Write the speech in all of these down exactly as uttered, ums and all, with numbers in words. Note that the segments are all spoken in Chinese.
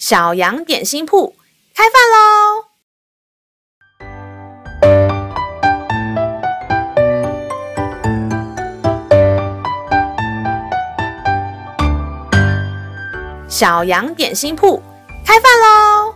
小羊点心铺开饭喽！小羊点心铺开饭喽！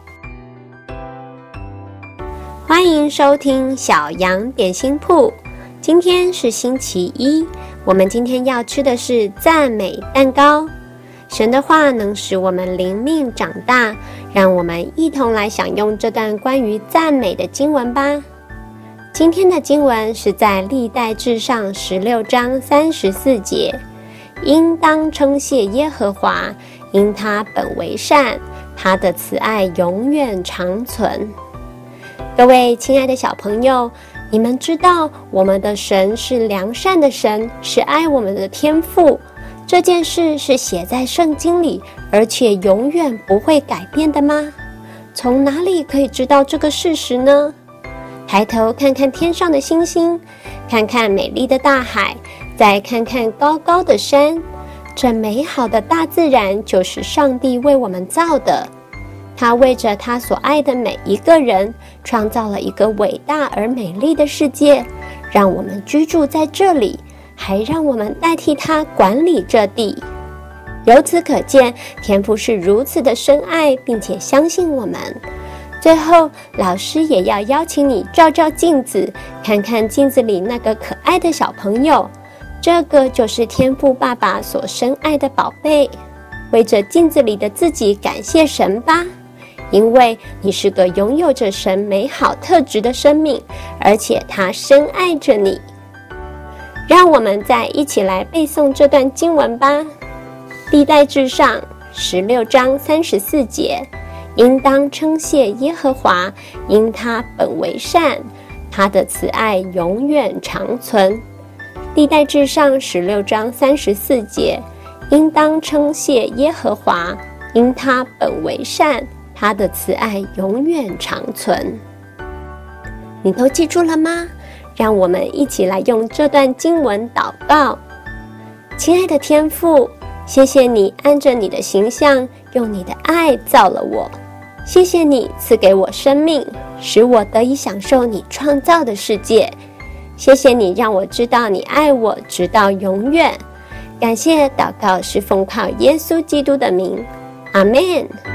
欢迎收听小羊点心铺。今天是星期一，我们今天要吃的是赞美蛋糕。神的话能使我们灵命长大，让我们一同来享用这段关于赞美的经文吧。今天的经文是在历代志上十六章三十四节，应当称谢耶和华，因他本为善，他的慈爱永远长存。各位亲爱的小朋友，你们知道我们的神是良善的神，是爱我们的天父。这件事是写在圣经里，而且永远不会改变的吗？从哪里可以知道这个事实呢？抬头看看天上的星星，看看美丽的大海，再看看高高的山，这美好的大自然就是上帝为我们造的。他为着他所爱的每一个人，创造了一个伟大而美丽的世界，让我们居住在这里，还让我们代替他管理这地。由此可见，天父是如此的深爱并且相信我们。最后，老师也要邀请你照照镜子，看看镜子里那个可爱的小朋友，这个就是天父爸爸所深爱的宝贝。为着镜子里的自己感谢神吧，因为你是个拥有着神美好特质的生命，而且他深爱着你。让我们再一起来背诵这段经文吧。历代志上十六章三十四节，应当称谢耶和华，因他本为善，他的慈爱永远长存。历代志上十六章三十四节，应当称谢耶和华，因他本为善，他的慈爱永远长存。你都记住了吗？让我们一起来用这段经文祷告。亲爱的天父，谢谢你按着你的形象，用你的爱造了我。谢谢你赐给我生命，使我得以享受你创造的世界。谢谢你让我知道你爱我直到永远。感谢祷告是奉靠耶稣基督的名，阿们。